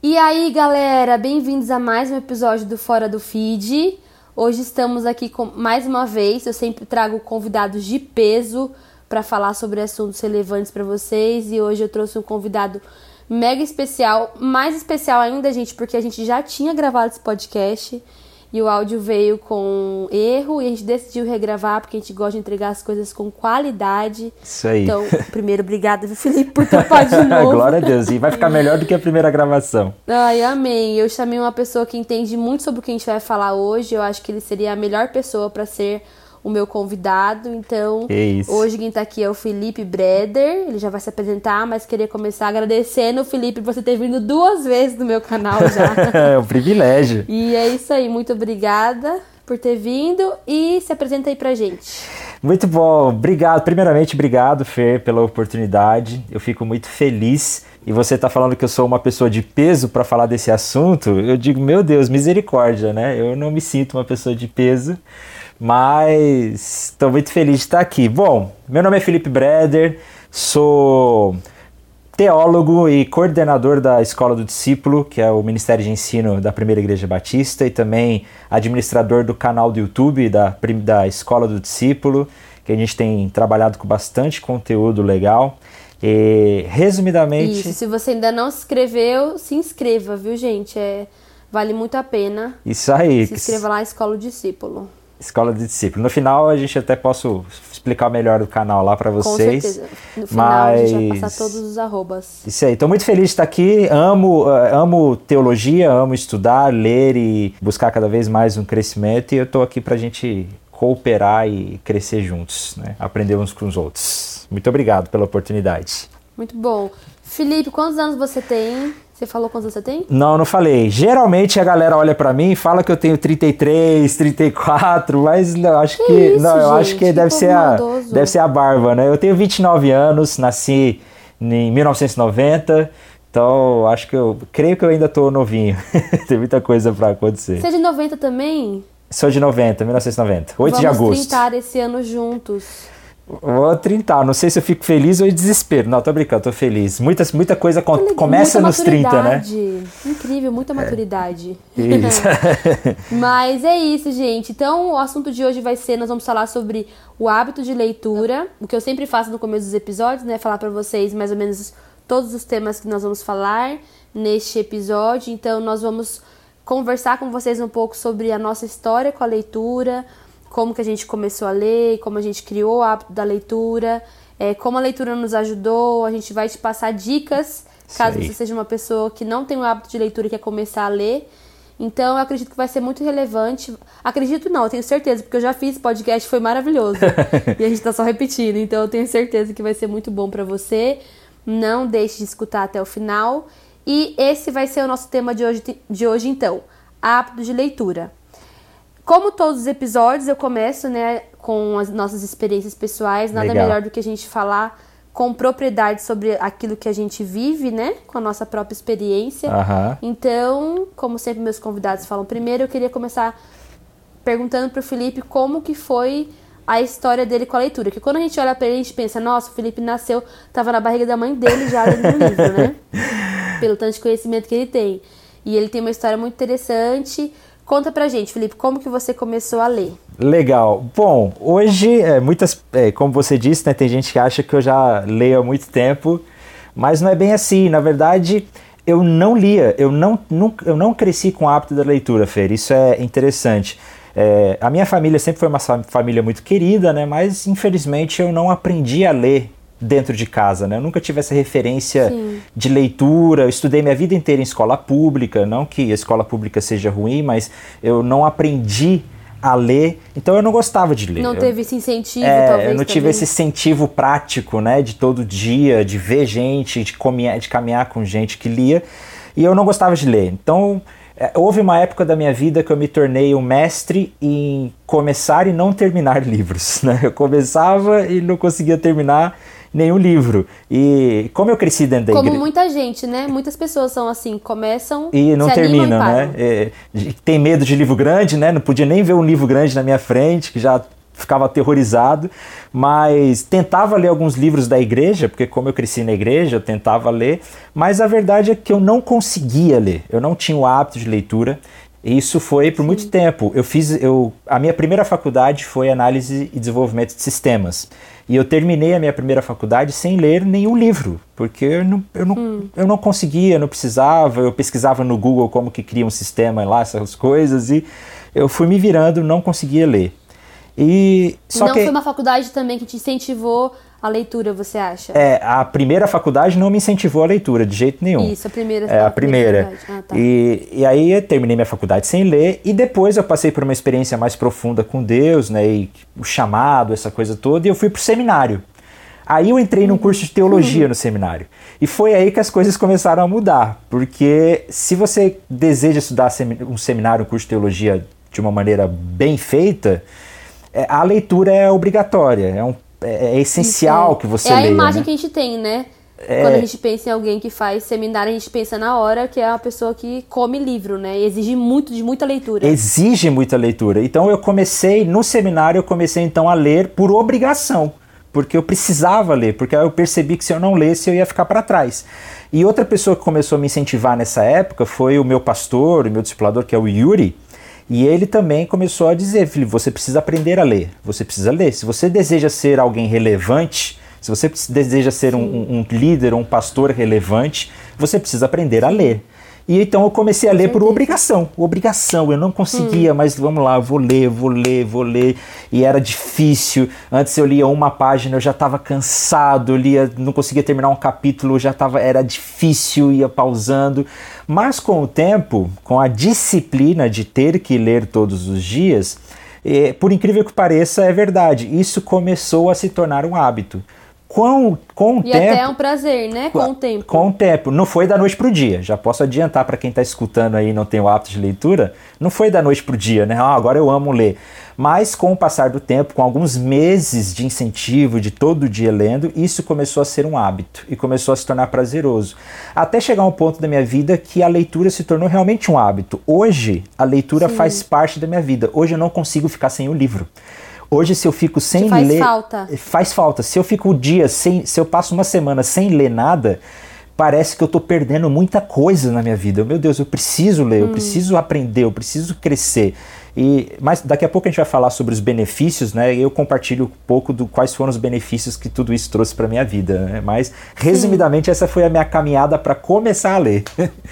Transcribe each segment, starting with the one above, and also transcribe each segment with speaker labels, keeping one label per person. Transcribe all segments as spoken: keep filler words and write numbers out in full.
Speaker 1: E aí, galera, bem-vindos a mais um episódio do Fora do Feed. Hoje estamos aqui com mais uma vez. Eu sempre trago convidados de peso para falar sobre assuntos relevantes para vocês. E hoje eu trouxe um convidado mega especial, mais especial ainda, gente, porque a gente já tinha gravado esse podcast e o áudio veio com erro e a gente decidiu regravar porque a gente gosta de entregar as coisas com qualidade.
Speaker 2: Isso aí.
Speaker 1: Então, primeiro, obrigada, Felipe, por topar de novo.
Speaker 2: Glória a Deus. E vai ficar melhor do que a primeira gravação.
Speaker 1: Ai, amém. Eu chamei uma pessoa que entende muito sobre o que a gente vai falar hoje. Eu acho que ele seria a melhor pessoa para ser o meu convidado. Então, hoje quem tá aqui é o Felipe Breder. Ele já vai se apresentar, mas queria começar agradecendo, Felipe, por você ter vindo duas vezes no meu canal já.
Speaker 2: É um privilégio.
Speaker 1: E é isso aí. Muito obrigada por ter vindo e se apresenta aí pra gente.
Speaker 2: Muito bom. Obrigado. Primeiramente, obrigado, Fer, pela oportunidade. Eu fico muito feliz. E você tá falando que eu sou uma pessoa de peso para falar desse assunto. Eu digo, meu Deus, misericórdia, né? Eu não me sinto uma pessoa de peso. Mas estou muito feliz de estar aqui. Bom, meu nome é Felipe Breder, sou teólogo e coordenador da Escola do Discípulo, que é o Ministério de Ensino da Primeira Igreja Batista, e também administrador do canal do YouTube da, da Escola do Discípulo, que a gente tem trabalhado com bastante conteúdo legal. E, resumidamente...
Speaker 1: Isso, se você ainda não se inscreveu, se inscreva, viu, gente? É, vale muito a pena.
Speaker 2: Isso aí.
Speaker 1: Se inscreva lá na Escola do Discípulo.
Speaker 2: Escola de Discípulo. No final a gente até posso explicar melhor o canal lá para vocês.
Speaker 1: Com certeza. No final mas... a gente vai passar todos os arrobas.
Speaker 2: Isso aí. Estou muito feliz de estar aqui. Amo, uh, amo teologia, amo estudar, ler e buscar cada vez mais um crescimento. E eu estou aqui para a gente cooperar e crescer juntos, né? Aprender uns com os outros. Muito obrigado pela oportunidade.
Speaker 1: Muito bom. Felipe, quantos anos você tem? Você falou quantos você tem?
Speaker 2: Não, não falei. Geralmente a galera olha pra mim e fala que eu tenho trinta e três, trinta e quatro, mas não, acho que, que
Speaker 1: isso,
Speaker 2: não, eu
Speaker 1: gente?
Speaker 2: acho que,
Speaker 1: que
Speaker 2: deve ser a deve ser a barba, né? Eu tenho vinte e nove anos, nasci em mil novecentos e noventa, então acho que eu creio que eu ainda tô novinho. Tem muita coisa pra acontecer.
Speaker 1: Você é de noventa também?
Speaker 2: Sou de noventa, mil novecentos e noventa, oito
Speaker 1: Vamos
Speaker 2: de agosto.
Speaker 1: Vamos trintar esse ano juntos.
Speaker 2: Vou trintar, não sei se eu fico feliz ou em desespero. Não, tô brincando, tô feliz. Muita, muita coisa com,
Speaker 1: legal,
Speaker 2: começa
Speaker 1: muita
Speaker 2: nos trinta, né?
Speaker 1: Incrível, muita maturidade.
Speaker 2: É, isso.
Speaker 1: Mas é isso, gente. Então, o assunto de hoje vai ser, nós vamos falar sobre o hábito de leitura. O que eu sempre faço no começo dos episódios, né? Falar pra vocês mais ou menos todos os temas que nós vamos falar neste episódio. Então, nós vamos conversar com vocês um pouco sobre a nossa história com a leitura, como que a gente começou a ler, como a gente criou o hábito da leitura, é, como a leitura nos ajudou. A gente vai te passar dicas, caso você seja uma pessoa que não tem o hábito de leitura e quer começar a ler. Então, eu acredito que vai ser muito relevante. Acredito não, eu tenho certeza, porque eu já fiz podcast, foi maravilhoso. E a gente tá só repetindo, então eu tenho certeza que vai ser muito bom pra você. Não deixe de escutar até o final. E esse vai ser o nosso tema de hoje, de hoje então, hábito de leitura. Como todos os episódios, eu começo, né, com as nossas experiências pessoais. Nada
Speaker 2: Legal.
Speaker 1: Melhor do que a gente falar com propriedade sobre aquilo que a gente vive, né, com a nossa própria experiência.
Speaker 2: Uhum.
Speaker 1: Então, como sempre meus convidados falam primeiro, eu queria começar perguntando pro Felipe como que foi a história dele com a leitura. Porque quando a gente olha pra ele, a gente pensa, nossa, o Felipe nasceu, tava na barriga da mãe dele já lendo um livro, né? Pelo tanto de conhecimento que ele tem. E ele tem uma história muito interessante. Conta pra gente, Felipe, como que você começou a ler?
Speaker 2: Legal. Bom, hoje, é, muitas, é, como você disse, né, tem gente que acha que eu já leio há muito tempo, mas não é bem assim. Na verdade, eu não lia, eu não, não, eu não cresci com o hábito da leitura, Fer, isso é interessante. É, a minha família sempre foi uma família muito querida, né, mas infelizmente eu não aprendi a ler dentro de casa, né? Eu nunca tive essa referência Sim. de leitura. Eu estudei minha vida inteira em escola pública, não que a escola pública seja ruim, mas eu não aprendi a ler, então eu não gostava de ler.
Speaker 1: Não
Speaker 2: eu,
Speaker 1: teve esse incentivo,
Speaker 2: é,
Speaker 1: talvez,
Speaker 2: eu não tive
Speaker 1: também.
Speaker 2: esse incentivo prático, né, de todo dia, de ver gente, de, comer, de caminhar com gente que lia, e eu não gostava de ler. Então, é, houve uma época da minha vida que eu me tornei um mestre em começar e não terminar livros, né? Eu começava e não conseguia terminar nenhum livro. E como eu cresci dentro da igreja...
Speaker 1: Como muita gente, né? Muitas pessoas são assim, começam
Speaker 2: e não
Speaker 1: se
Speaker 2: terminam,
Speaker 1: e
Speaker 2: né? É, tem medo de livro grande, né? Não podia nem ver um livro grande na minha frente, que já ficava aterrorizado, mas tentava ler alguns livros da igreja, porque como eu cresci na igreja, eu tentava ler, mas a verdade é que eu não conseguia ler, eu não tinha o hábito de leitura, e isso foi por Sim. muito tempo. Eu fiz, eu, a minha primeira faculdade foi análise e desenvolvimento de sistemas, e eu terminei a minha primeira faculdade sem ler nenhum livro, porque eu não, eu não, hum. eu não conseguia, eu não precisava, eu pesquisava no Google como que cria um sistema lá, essas coisas, e eu fui me virando, não conseguia ler. E só
Speaker 1: não
Speaker 2: que,
Speaker 1: foi uma faculdade também que te incentivou a leitura, você acha?
Speaker 2: É, a primeira faculdade não me incentivou a leitura, de jeito nenhum.
Speaker 1: Isso, a primeira.
Speaker 2: É, a primeira.
Speaker 1: Ah, tá.
Speaker 2: e, e aí eu terminei minha faculdade sem ler, e depois eu passei por uma experiência mais profunda com Deus, né, e o chamado, essa coisa toda, e eu fui pro seminário. Aí eu entrei num curso de teologia no seminário. E foi aí que as coisas começaram a mudar, porque se você deseja estudar um seminário, um curso de teologia de uma maneira bem feita, a leitura é obrigatória, é, um, é, é essencial que você leia.
Speaker 1: É a imagem
Speaker 2: né?
Speaker 1: que a gente tem, né?
Speaker 2: É...
Speaker 1: Quando a gente pensa em alguém que faz seminário, a gente pensa na hora que é uma pessoa que come livro, né? E exige muito, de muita leitura.
Speaker 2: Exige muita leitura. Então eu comecei, no seminário, eu comecei então a ler por obrigação. Porque eu precisava ler, porque eu percebi que se eu não lesse eu ia ficar para trás. E outra pessoa que começou a me incentivar nessa época foi o meu pastor, o meu discipulador, que é o Yuri. E ele também começou a dizer, filho, você precisa aprender a ler, você precisa ler. Se você deseja ser alguém relevante, se você deseja ser um, um líder ou um pastor relevante, você precisa aprender a ler. E então eu comecei a ler por obrigação, obrigação, eu não conseguia, hum. mas vamos lá, eu vou ler, vou ler, vou ler, e era difícil. Antes eu lia uma página, eu já estava cansado, eu lia, não conseguia terminar um capítulo, já tava, era difícil, ia pausando. Mas com o tempo, com a disciplina de ter que ler todos os dias, eh, por incrível que pareça, é verdade, isso começou a se tornar um hábito. Com, com o
Speaker 1: e
Speaker 2: tempo,
Speaker 1: até é um prazer, né? Com o tempo.
Speaker 2: Com o tempo. Não foi da noite pro dia. Já posso adiantar para quem está escutando aí e não tem o hábito de leitura. Não foi da noite pro dia, né? Ah, agora eu amo ler. Mas com o passar do tempo, com alguns meses de incentivo, de todo dia lendo, isso começou a ser um hábito. E começou a se tornar prazeroso. Até chegar um ponto da minha vida que a leitura se tornou realmente um hábito. Hoje, a leitura Sim. faz parte da minha vida. Hoje eu não consigo ficar sem o livro. Hoje, se eu fico sem
Speaker 1: faz
Speaker 2: ler...
Speaker 1: Faz falta.
Speaker 2: Faz falta. Se eu fico o dia sem... Se eu passo uma semana sem ler nada, parece que eu tô perdendo muita coisa na minha vida. Meu Deus, eu preciso ler, hum. eu preciso aprender, eu preciso crescer. E, mas daqui a pouco a gente vai falar sobre os benefícios, né? E eu compartilho um pouco do quais foram os benefícios que tudo isso trouxe para minha vida, né? Mas, resumidamente, Sim. essa foi a minha caminhada para começar a ler.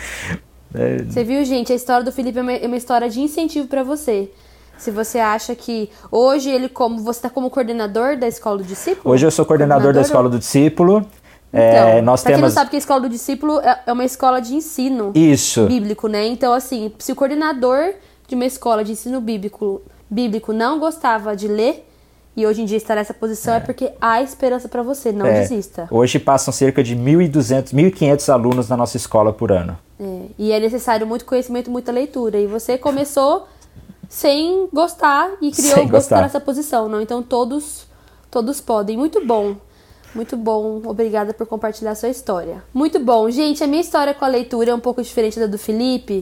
Speaker 1: é... Você viu, gente? A história do Felipe é uma, é uma história de incentivo para você. Se você acha que hoje ele como você está como coordenador da Escola do Discípulo?
Speaker 2: Hoje eu sou coordenador, coordenador da Escola do Discípulo.
Speaker 1: Então, é, nós pra temos... quem não sabe que a Escola do Discípulo é uma escola de ensino
Speaker 2: Isso.
Speaker 1: bíblico, né? Então, assim, se o coordenador de uma escola de ensino bíblico, bíblico não gostava de ler e hoje em dia está nessa posição, é, é porque há esperança para você, não é. desista.
Speaker 2: Hoje passam cerca de mil e duzentos, mil e quinhentos alunos na nossa escola por ano.
Speaker 1: É, e é necessário muito conhecimento, muita leitura. E você começou... sem gostar e criou o gosto nessa posição, não? Então todos, todos podem. Muito bom, muito bom. Obrigada por compartilhar a sua história. Muito bom. Gente, a minha história com a leitura é um pouco diferente da do Felipe,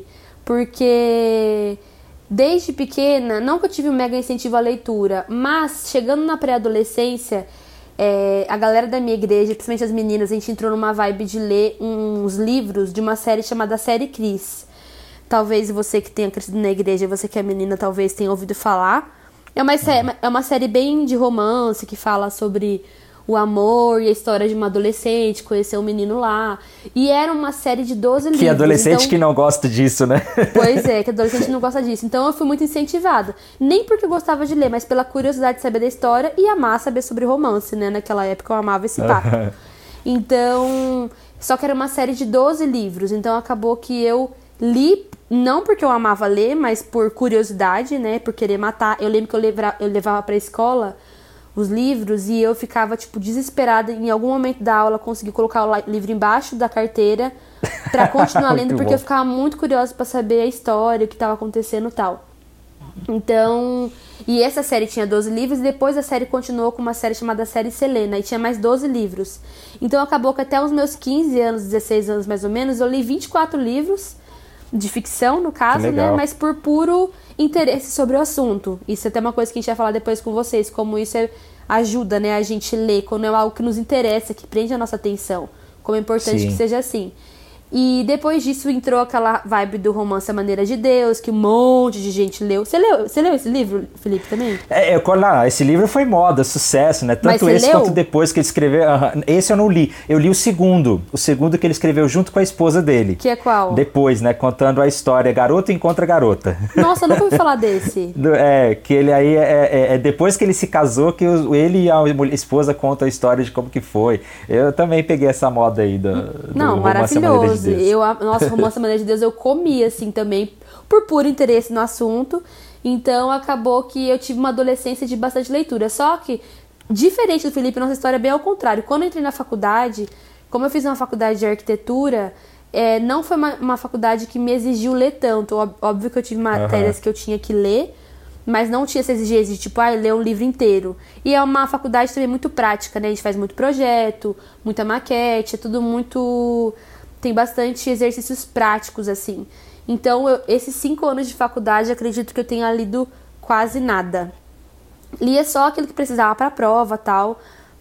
Speaker 1: porque desde pequena, não que eu tive um mega incentivo à leitura, mas chegando na pré-adolescência, é, a galera da minha igreja, principalmente as meninas, a gente entrou numa vibe de ler uns livros de uma série chamada Série Cris. Talvez você que tenha crescido na igreja, você que é menina, talvez tenha ouvido falar. É uma, série, é uma série bem de romance, que fala sobre o amor e a história de uma adolescente, conhecer um menino lá. E era uma série de doze livros.
Speaker 2: Que adolescente então... que não gosta disso, né?
Speaker 1: Pois é, que adolescente não gosta disso. Então eu fui muito incentivada. Nem porque eu gostava de ler, mas pela curiosidade de saber da história e amar saber sobre romance, né? Naquela época eu amava esse papo. Então, só que era uma série de doze livros. Então acabou que eu li... Não porque eu amava ler, mas por curiosidade, né? Por querer matar. Eu lembro que eu levava, eu levava pra escola os livros e eu ficava, tipo, desesperada em algum momento da aula conseguir colocar o livro embaixo da carteira pra continuar lendo, porque bom. eu ficava muito curiosa pra saber a história, o que tava acontecendo e tal. Então... E essa série tinha doze livros e depois a série continuou com uma série chamada Série Selena e tinha mais doze livros. Então acabou que até os meus quinze anos, dezesseis anos mais ou menos, eu li vinte e quatro livros... de ficção, no caso, né? Mas por puro interesse sobre o assunto. Isso é até uma coisa que a gente vai falar depois com vocês, como isso é, ajuda, né, a gente ler, quando é algo que nos interessa, que prende a nossa atenção, como é importante Sim. que seja assim. E depois disso entrou aquela vibe do romance A Maneira de Deus, que um monte de gente leu. Você leu, você leu esse livro, Felipe, também?
Speaker 2: É, eu, lá, esse livro foi moda, sucesso, né? Tanto esse leu? Quanto depois que ele escreveu. Uh, esse eu não li. Eu li o segundo. O segundo que ele escreveu junto com a esposa dele.
Speaker 1: Que é qual?
Speaker 2: Depois, né? Contando a história Garota Encontra Garota.
Speaker 1: Nossa, eu nunca ouvi falar desse.
Speaker 2: É, que ele aí é, é, é depois que ele se casou que ele e a esposa contam a história de como que foi. Eu também peguei essa moda aí do, do
Speaker 1: não,
Speaker 2: romance
Speaker 1: maravilhoso. A Maneira de Deus. Eu, nossa, Romance A Maneira de Deus eu comi, assim, também, por puro interesse no assunto. Então, acabou que eu tive uma adolescência de bastante leitura. Só que, diferente do Felipe, nossa história é bem ao contrário. Quando eu entrei na faculdade, como eu fiz uma faculdade de arquitetura, é, não foi uma, uma faculdade que me exigiu ler tanto. Óbvio que eu tive matérias uhum. que eu tinha que ler, mas não tinha essa exigência de, tipo, ah, ler um livro inteiro. E é uma faculdade também muito prática, né? A gente faz muito projeto, muita maquete, é tudo muito... Tem bastante exercícios práticos, assim. Então, eu, esses cinco anos de faculdade, acredito que eu tenha lido quase nada. Lia só aquilo que precisava para a prova, tal.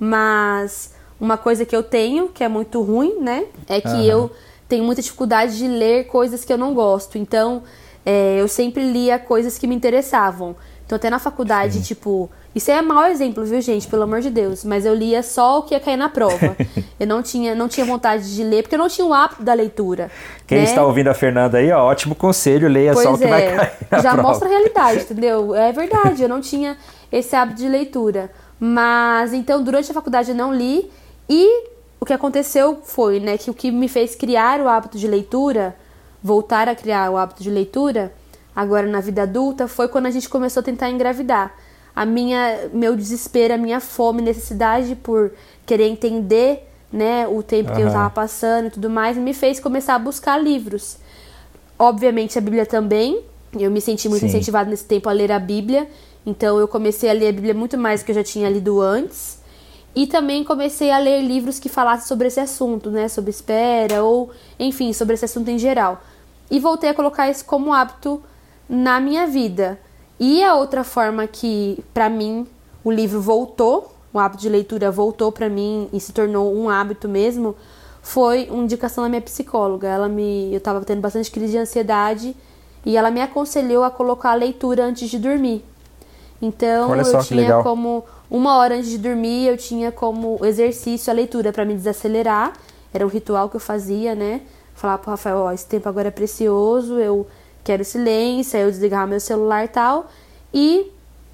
Speaker 1: Mas uma coisa que eu tenho, que é muito ruim, né? É que uhum. eu tenho muita dificuldade de ler coisas que eu não gosto. Então, é, eu sempre lia coisas que me interessavam. Então, até na faculdade, Sim. tipo... Isso é mau exemplo, viu, gente? Pelo amor de Deus. Mas eu lia só o que ia cair na prova. Eu não tinha, não tinha vontade de ler, porque eu não tinha o hábito da leitura.
Speaker 2: Quem
Speaker 1: né?
Speaker 2: está ouvindo a Fernanda aí, ó, ótimo conselho, leia
Speaker 1: pois
Speaker 2: só o que
Speaker 1: é.
Speaker 2: vai cair na
Speaker 1: Já
Speaker 2: prova.
Speaker 1: mostra a realidade, entendeu? É verdade, eu não tinha esse hábito de leitura. Mas, então, durante a faculdade eu não li. E o que aconteceu foi, né, que o que me fez criar o hábito de leitura, voltar a criar o hábito de leitura, agora na vida adulta, foi quando a gente começou a tentar engravidar. A minha, meu desespero, a minha fome, necessidade por querer entender, né, o tempo uhum. que eu estava passando e tudo mais, me fez começar a buscar livros. Obviamente a Bíblia também, eu me senti muito Sim. incentivada nesse tempo a ler a Bíblia, então eu comecei a ler a Bíblia muito mais do que eu já tinha lido antes, e também comecei a ler livros que falassem sobre esse assunto, né, sobre espera, ou enfim, sobre esse assunto em geral. E voltei a colocar isso como hábito na minha vida. E a outra forma que, pra mim, o livro voltou, o hábito de leitura voltou pra mim e se tornou um hábito mesmo, foi uma indicação da minha psicóloga. Ela me, eu tava tendo bastante crise de ansiedade e ela me aconselhou a colocar a leitura antes de dormir. Então,
Speaker 2: Olha
Speaker 1: eu
Speaker 2: só,
Speaker 1: tinha como, uma hora antes de dormir, eu tinha como exercício a leitura pra me desacelerar. Era um ritual que eu fazia, né? Falar pro Rafael, ó, esse tempo agora é precioso, eu... quero silêncio, aí eu desligava meu celular e tal, e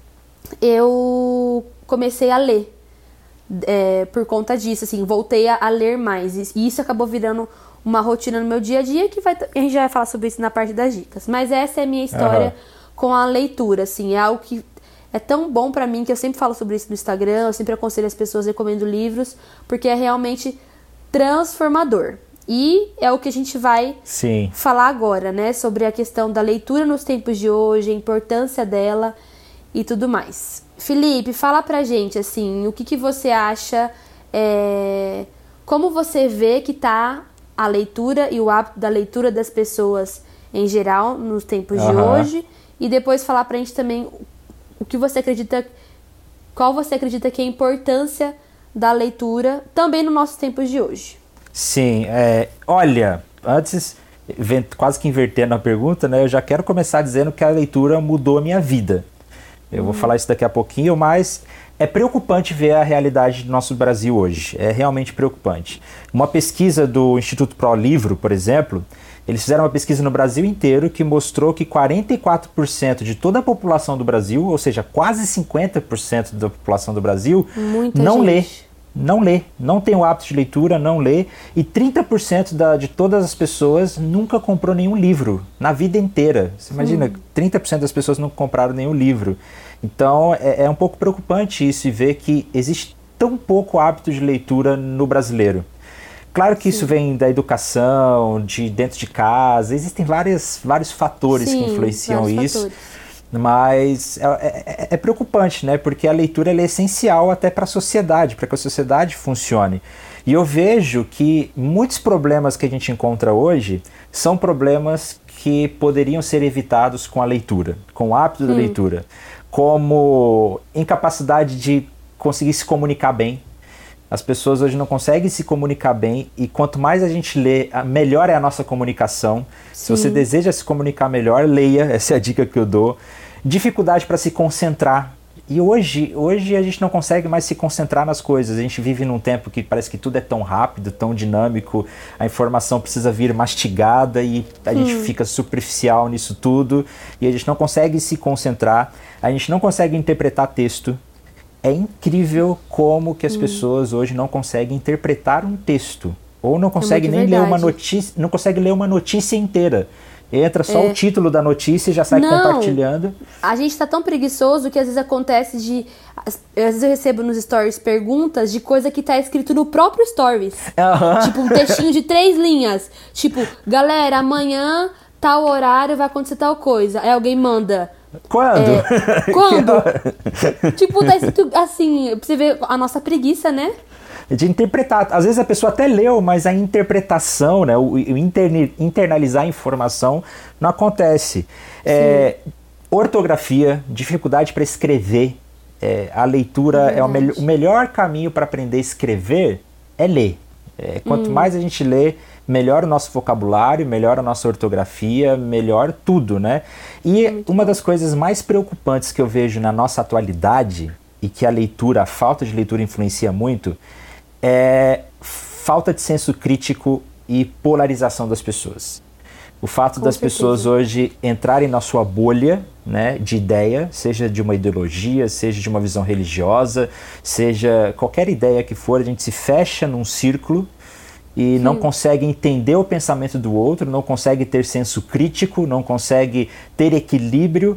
Speaker 1: eu comecei a ler, é, por conta disso, assim, voltei a, a ler mais, e isso acabou virando uma rotina no meu dia a dia, que vai, a gente já vai falar sobre isso na parte das dicas, mas essa é a minha história uhum. com a leitura, assim, é algo que é tão bom pra mim, que eu sempre falo sobre isso no Instagram, eu sempre aconselho as pessoas, recomendo livros, porque é realmente transformador. E é o que a gente vai
Speaker 2: Sim.
Speaker 1: falar agora, né? Sobre a questão da leitura nos tempos de hoje, a importância dela e tudo mais. Felipe, fala pra gente, assim, o que, que você acha, é, como você vê que tá a leitura e o hábito da leitura das pessoas em geral nos tempos uhum. de hoje, e depois falar pra gente também o que você acredita, qual você acredita que é a importância da leitura também nos nossos tempos de hoje.
Speaker 2: Sim, é, olha, antes, quase que invertendo a pergunta, né, eu já quero começar dizendo que a leitura mudou a minha vida. Eu hum. vou falar isso daqui a pouquinho, mas é preocupante ver a realidade do nosso Brasil hoje. É realmente preocupante. Uma pesquisa do Instituto Pro Livro, por exemplo, eles fizeram uma pesquisa no Brasil inteiro que mostrou que quarenta e quatro por cento de toda a população do Brasil, ou seja, quase cinquenta por cento da população do Brasil,
Speaker 1: Muita
Speaker 2: não
Speaker 1: gente.
Speaker 2: lê. Não lê, não tem o hábito de leitura, não lê, e trinta por cento da, de todas as pessoas nunca comprou nenhum livro, na vida inteira. Você imagina, hum. trinta por cento das pessoas nunca compraram nenhum livro. Então é, é um pouco preocupante isso, e ver que existe tão pouco hábito de leitura no brasileiro. Claro que Sim. isso vem da educação, de dentro de casa, existem várias, vários fatores
Speaker 1: Sim,
Speaker 2: que influenciam isso.
Speaker 1: Fatores.
Speaker 2: Mas é, é, é preocupante, né? Porque a leitura ela é essencial até para a sociedade, para que a sociedade funcione. E eu vejo que muitos problemas que a gente encontra hoje são problemas que poderiam ser evitados com a leitura, com o hábito da
Speaker 1: Hum.
Speaker 2: leitura, como incapacidade de conseguir se comunicar bem. As pessoas hoje não conseguem se comunicar bem e quanto mais a gente lê, melhor é a nossa comunicação.
Speaker 1: Sim.
Speaker 2: Se você deseja se comunicar melhor, leia, essa é a dica que eu dou. Dificuldade para se concentrar. E hoje, hoje a gente não consegue mais se concentrar nas coisas. A gente vive num tempo que parece que tudo é tão rápido, tão dinâmico, a informação precisa vir mastigada e a hum. gente fica superficial nisso tudo e a gente não consegue se concentrar, a gente não consegue interpretar texto. É incrível como que as hum. pessoas hoje não conseguem interpretar um texto ou não conseguem
Speaker 1: é
Speaker 2: nem
Speaker 1: verdade.
Speaker 2: ler uma notícia, não conseguem ler uma notícia inteira. Entra só
Speaker 1: é.
Speaker 2: o título da notícia e já sai
Speaker 1: não,
Speaker 2: compartilhando.
Speaker 1: A gente tá tão preguiçoso que às vezes acontece de... Às vezes eu recebo nos stories perguntas de coisa que tá escrito no próprio stories.
Speaker 2: Uhum.
Speaker 1: Tipo um textinho de três linhas. Tipo, galera, amanhã, tal horário, vai acontecer tal coisa. Aí alguém manda...
Speaker 2: Quando?
Speaker 1: É, quando? Tipo, tá escrito assim, pra você ver a nossa preguiça, né?
Speaker 2: De interpretar. Às vezes a pessoa até leu, mas a interpretação, né, o, o interne, internalizar a informação não acontece. É, ortografia, dificuldade para escrever. É, a leitura é, é o, me o melhor caminho para aprender a escrever é ler. É, quanto hum. mais a gente lê, melhor o nosso vocabulário, melhor a nossa ortografia, melhor tudo, né? E Muito uma bom. das coisas mais preocupantes que eu vejo na nossa atualidade, e que a leitura, a falta de leitura influencia muito, é falta de senso crítico e polarização das pessoas. O fato Com das certeza. pessoas hoje entrarem na sua bolha, né, de ideia, seja de uma ideologia, seja de uma visão religiosa, seja qualquer ideia que for, a gente se fecha num círculo e Sim. não consegue entender o pensamento do outro, não consegue ter senso crítico, não consegue ter equilíbrio,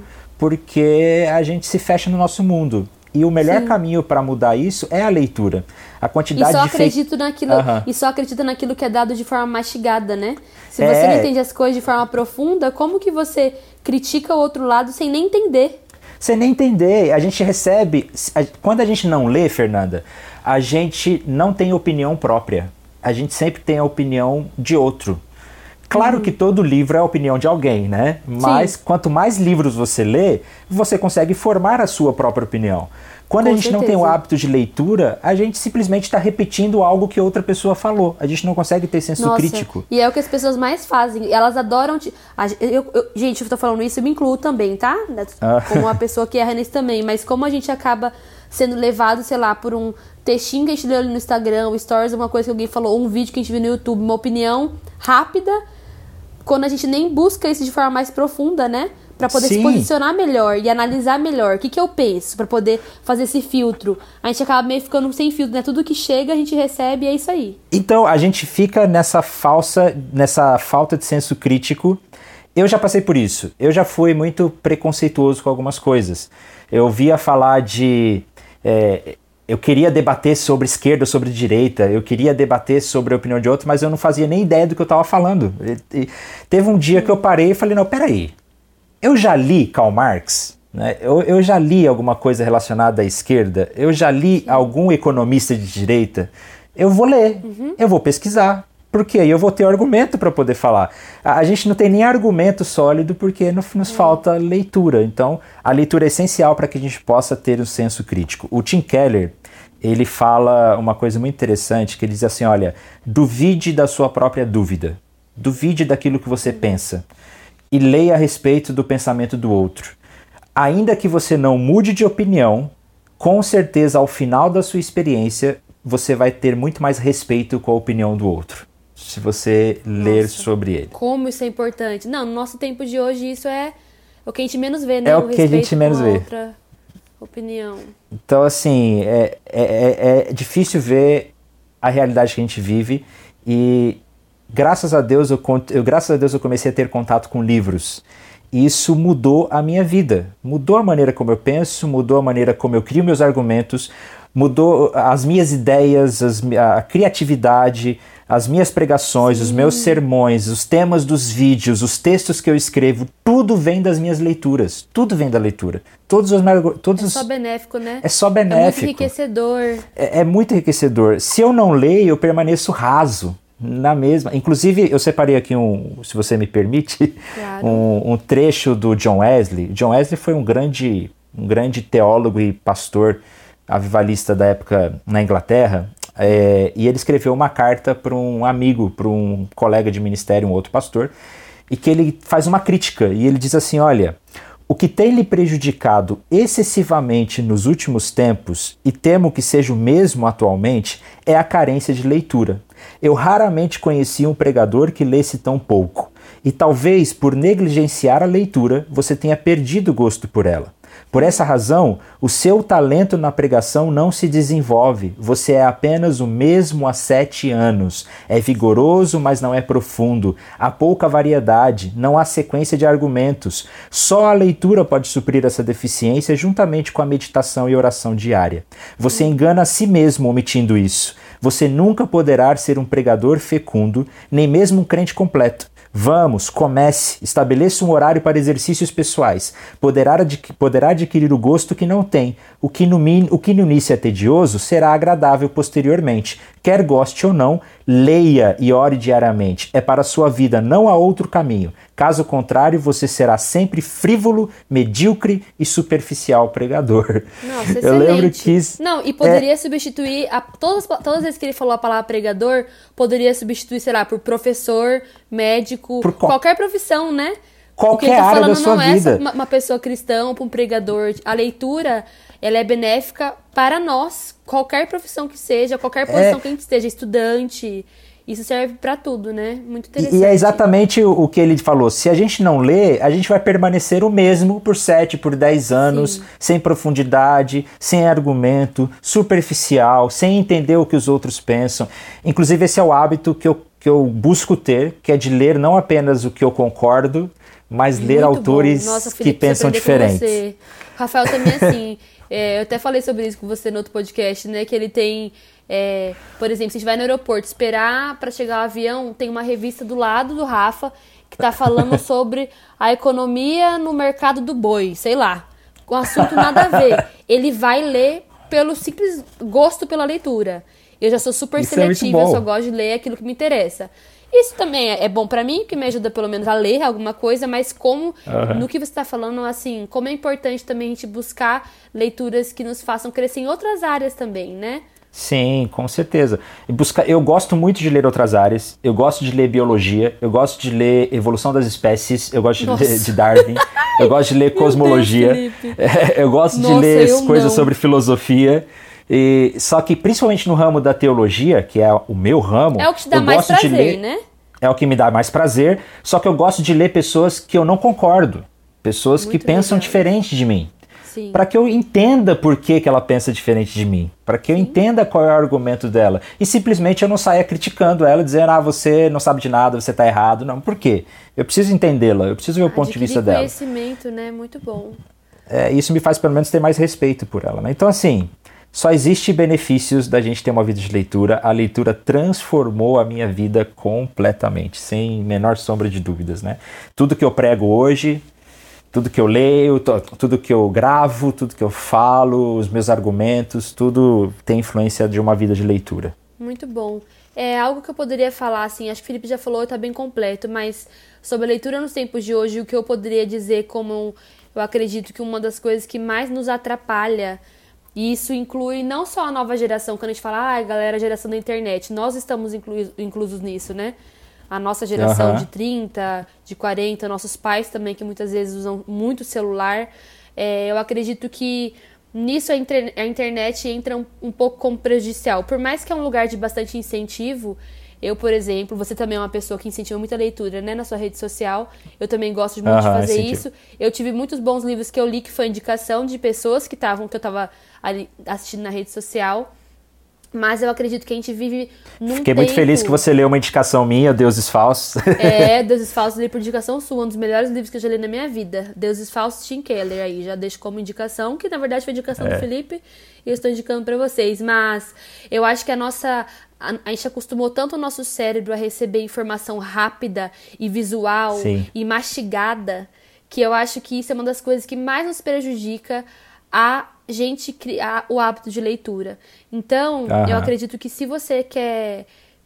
Speaker 2: porque a gente se fecha no nosso mundo. E o melhor Sim. caminho para mudar isso é a leitura. A quantidade
Speaker 1: e só
Speaker 2: de
Speaker 1: acredito
Speaker 2: fe...
Speaker 1: naquilo
Speaker 2: uhum.
Speaker 1: E só acredita naquilo que é dado de forma mastigada, né? Se
Speaker 2: é...
Speaker 1: você não entende as coisas de forma profunda, como que você critica o outro lado sem nem entender?
Speaker 2: Sem nem entender. A gente recebe... Quando a gente não lê, Fernanda, a gente não tem opinião própria. A gente sempre tem a opinião de outro. Claro uhum. que todo livro é a opinião de alguém, né? Mas Sim. quanto mais livros você lê, você consegue formar a sua própria opinião. Quando
Speaker 1: Com
Speaker 2: a gente
Speaker 1: certeza.
Speaker 2: não tem o hábito de leitura, a gente simplesmente está repetindo algo que outra pessoa falou. A gente não consegue ter senso
Speaker 1: Nossa,
Speaker 2: crítico.
Speaker 1: E é o que as pessoas mais fazem. Elas adoram... Te... Eu, eu, gente, eu tô falando isso, eu me incluo também, tá?
Speaker 2: Ah.
Speaker 1: Como uma pessoa que erra nisso também. Mas como a gente acaba sendo levado, sei lá, por um textinho que a gente leu ali no Instagram, um stories, uma coisa que alguém falou, ou um vídeo que a gente viu no YouTube, uma opinião rápida... Quando a gente nem busca isso de forma mais profunda, né? Pra poder
Speaker 2: Sim.
Speaker 1: se posicionar melhor e analisar melhor. O que que eu penso? Pra poder fazer esse filtro. A gente acaba meio ficando sem filtro, né? Tudo que chega a gente recebe e é isso aí.
Speaker 2: Então, a gente fica nessa falsa, nessa falta de senso crítico. Eu já passei por isso. Eu já fui muito preconceituoso com algumas coisas. Eu via falar de... É, eu queria debater sobre esquerda ou sobre direita, eu queria debater sobre a opinião de outro, mas eu não fazia nem ideia do que eu estava falando. E, e, teve um dia que eu parei e falei, não, peraí, eu já li Karl Marx, né? eu, eu já li alguma coisa relacionada à esquerda, eu já li algum economista de direita, eu vou ler, uhum. eu vou pesquisar, porque aí eu vou ter argumento para poder falar. A, a gente não tem nem argumento sólido porque nos, nos uhum. falta leitura. Então, a leitura é essencial para que a gente possa ter um senso crítico. O Tim Keller, ele fala uma coisa muito interessante, que ele diz assim, olha, duvide da sua própria dúvida, duvide daquilo que você pensa e leia a respeito do pensamento do outro. Ainda que você não mude de opinião, com certeza ao final da sua experiência, você vai ter muito mais respeito com a opinião do outro, se você ler
Speaker 1: Nossa,
Speaker 2: sobre ele.
Speaker 1: Como isso é importante. Não, no nosso tempo de hoje isso é o que a gente menos vê, né?
Speaker 2: É o, o que a gente menos vê.
Speaker 1: Outra opinião.
Speaker 2: Então, assim, é, é, é difícil ver a realidade que a gente vive e graças a Deus eu, eu, graças a Deus eu comecei a ter contato com livros. E isso mudou a minha vida. Mudou a maneira como eu penso, mudou a maneira como eu crio meus argumentos, mudou as minhas ideias, as, a criatividade, as minhas pregações, Sim. os meus sermões, os temas dos vídeos, os textos que eu escrevo, tudo vem das minhas leituras. Tudo vem da leitura. Todos os, todos
Speaker 1: é
Speaker 2: os...
Speaker 1: só benéfico, né?
Speaker 2: É só benéfico.
Speaker 1: É muito enriquecedor.
Speaker 2: É, é muito enriquecedor. Se eu não leio, eu permaneço raso. na mesma. Inclusive, eu separei aqui um, se você me permite, claro. um, um trecho do John Wesley. John Wesley foi um grande, um grande teólogo e pastor avivalista da época na Inglaterra, é, e ele escreveu uma carta para um amigo, para um colega de ministério, um outro pastor, e que ele faz uma crítica, e ele diz assim, olha, o que tem lhe prejudicado excessivamente nos últimos tempos, e temo que seja o mesmo atualmente, é a carência de leitura. Eu raramente conheci um pregador que lesse tão pouco, e talvez por negligenciar a leitura, você tenha perdido o gosto por ela. Por essa razão, o seu talento na pregação não se desenvolve. Você é apenas o mesmo há sete anos. É vigoroso, mas não é profundo. Há pouca variedade, não há sequência de argumentos. Só a leitura pode suprir essa deficiência juntamente com a meditação e oração diária. Você engana a si mesmo omitindo isso. Você nunca poderá ser um pregador fecundo, nem mesmo um crente completo. Vamos, comece, estabeleça um horário para exercícios pessoais. Poderá, adqu- poderá adquirir o gosto que não tem. O que, no min- o que no início é tedioso será agradável posteriormente. Quer goste ou não, leia e ore diariamente. É para a sua vida, não há outro caminho. Caso contrário, você será sempre frívolo, medíocre e superficial pregador.
Speaker 1: Nossa, excelente.
Speaker 2: Eu lembro que...
Speaker 1: Não, e poderia é... substituir, a, todas, todas as vezes que ele falou a palavra pregador, poderia substituir, sei lá, por professor, médico, por qual... qualquer profissão, né?
Speaker 2: Qualquer tá área da sua
Speaker 1: não
Speaker 2: vida.
Speaker 1: É uma, uma pessoa cristã ou um pregador. A leitura, ela é benéfica para nós, qualquer profissão que seja, qualquer posição é... que a gente esteja, estudante... Isso serve para tudo, né? Muito interessante.
Speaker 2: E é exatamente o, o que ele falou. Se a gente não lê, a gente vai permanecer o mesmo por sete, por dez anos, Sim. sem profundidade, sem argumento, superficial, sem entender o que os outros pensam. Inclusive, esse é o hábito que eu, que eu busco ter, que é de ler não apenas o que eu concordo, mas Muito ler autores
Speaker 1: Nossa, Felipe,
Speaker 2: que pensam diferentes.
Speaker 1: Rafael também é assim. é, eu até falei sobre isso com você no outro podcast, né? Que ele tem... É, por exemplo, se a gente vai no aeroporto esperar para chegar o avião, tem uma revista do lado do Rafa que tá falando sobre a economia no mercado do boi, sei lá, com assunto nada a ver. Ele vai ler pelo simples gosto pela leitura. Eu já sou super
Speaker 2: Isso
Speaker 1: seletiva,
Speaker 2: é
Speaker 1: eu só gosto de ler aquilo que me interessa. Isso também é bom pra mim, que me ajuda pelo menos a ler alguma coisa, mas como, uhum. no que você tá falando, assim, como é importante também a gente buscar leituras que nos façam crescer em outras áreas também, né?
Speaker 2: Sim, com certeza. E buscar, eu gosto muito de ler outras áreas, eu gosto de ler biologia, eu gosto de ler evolução das espécies, eu gosto de
Speaker 1: Nossa.
Speaker 2: ler de Darwin, eu gosto de ler cosmologia,
Speaker 1: Deus,
Speaker 2: eu gosto
Speaker 1: Nossa,
Speaker 2: de ler coisas
Speaker 1: não.
Speaker 2: sobre filosofia. E, só que principalmente no ramo da teologia, que é o meu ramo,
Speaker 1: é o que te dá
Speaker 2: eu
Speaker 1: mais
Speaker 2: gosto
Speaker 1: prazer,
Speaker 2: de ler,
Speaker 1: né?
Speaker 2: É o que me dá mais prazer, só que eu gosto de ler pessoas que eu não concordo, pessoas
Speaker 1: Muito
Speaker 2: que pensam
Speaker 1: legal.
Speaker 2: diferente de mim. Para que eu entenda por que, que ela pensa diferente de mim. Para que eu Sim. entenda qual é o argumento dela. E simplesmente eu não saia criticando ela, dizendo, ah, você não sabe de nada, você está errado. Não, por quê? Eu preciso entendê-la, eu preciso ver o ponto de vista dela.
Speaker 1: Conhecimento, né? Muito bom.
Speaker 2: É, isso me faz pelo menos ter mais respeito por ela, né? Então assim, só existe benefícios da gente ter uma vida de leitura. A leitura transformou a minha vida completamente, sem menor sombra de dúvidas, né? Tudo que eu prego hoje... Tudo que eu leio, tudo que eu gravo, tudo que eu falo, os meus argumentos, tudo tem influência de uma vida de leitura.
Speaker 1: Muito bom. É algo que eu poderia falar, assim, acho que o Felipe já falou, está bem completo, mas sobre a leitura nos tempos de hoje, o que eu poderia dizer como eu acredito que uma das coisas que mais nos atrapalha, e isso inclui não só a nova geração, quando a gente fala, ah, galera, a geração da internet, nós estamos inclu- inclusos nisso, né? A nossa geração uhum. de trinta, de quarenta, nossos pais também, que muitas vezes usam muito celular. É, eu acredito que nisso a, inter- a internet entra um, um pouco como prejudicial. Por mais que é um lugar de bastante incentivo, eu, por exemplo, você também é uma pessoa que incentiva muita leitura, né, na sua rede social. Eu também gosto muito uhum, de fazer incentivo. Isso. Eu tive muitos bons livros que eu li, que foi indicação de pessoas que estavam, que eu estava assistindo na rede social. Mas eu acredito que a gente vive num
Speaker 2: Fiquei
Speaker 1: tempo...
Speaker 2: muito feliz que você leu uma indicação minha, Deuses Falsos.
Speaker 1: É, Deuses Falsos, li por indicação sua, um dos melhores livros que eu já li na minha vida. Deuses Falsos, Tim Keller, aí, já deixo como indicação, que na verdade foi indicação é. do Felipe, e eu estou indicando para vocês. Mas eu acho que a nossa... A, a gente acostumou tanto o nosso cérebro a receber informação rápida e visual
Speaker 2: Sim.
Speaker 1: e mastigada, que eu acho que isso é uma das coisas que mais nos prejudica a gente criar o hábito de leitura. Então, uhum. eu acredito que se você quer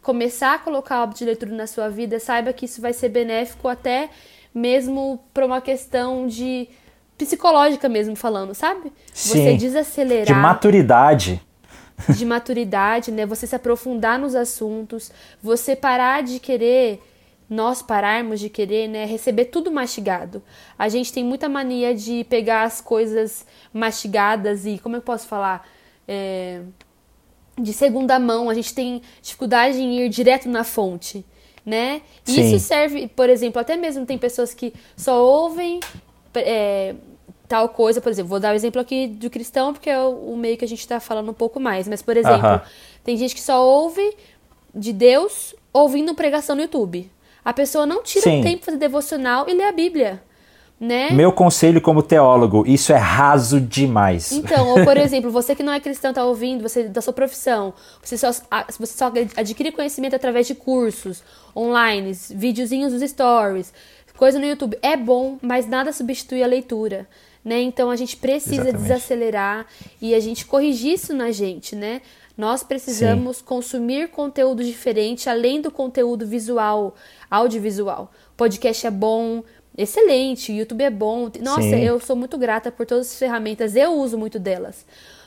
Speaker 1: começar a colocar o hábito de leitura na sua vida, saiba que isso vai ser benéfico até mesmo para uma questão de psicológica mesmo falando, sabe?
Speaker 2: Sim,
Speaker 1: você desacelerar.
Speaker 2: De maturidade.
Speaker 1: De maturidade, né? Você se aprofundar nos assuntos, você parar de querer, nós pararmos de querer, né? Receber tudo mastigado. A gente tem muita mania de pegar as coisas mastigadas e, como eu posso falar? É, de segunda mão, a gente tem dificuldade em ir direto na fonte, né? E
Speaker 2: Sim.
Speaker 1: isso serve, por exemplo, até mesmo tem pessoas que só ouvem é, tal coisa, por exemplo, vou dar o exemplo aqui do cristão, porque é o, o meio que a gente tá falando um pouco mais, mas, por exemplo,
Speaker 2: Uh-huh.
Speaker 1: tem gente que só ouve de Deus ouvindo pregação no YouTube. A pessoa não tira
Speaker 2: Sim.
Speaker 1: o tempo para fazer devocional e ler a Bíblia, né?
Speaker 2: Meu conselho como teólogo, isso é raso demais.
Speaker 1: Então, ou por exemplo, você que não é cristão tá ouvindo, você da sua profissão, você só, você só adquire conhecimento através de cursos online, videozinhos dos stories, coisa no YouTube. É bom, mas nada substitui a leitura, né? Então a gente precisa
Speaker 2: Exatamente.
Speaker 1: desacelerar e a gente corrigir isso na gente, né? Nós precisamos Sim. consumir conteúdo diferente, além do conteúdo visual, audiovisual. Podcast é bom, excelente, o YouTube é bom. Nossa, Sim. eu sou muito grata por todas as ferramentas, eu uso muito delas.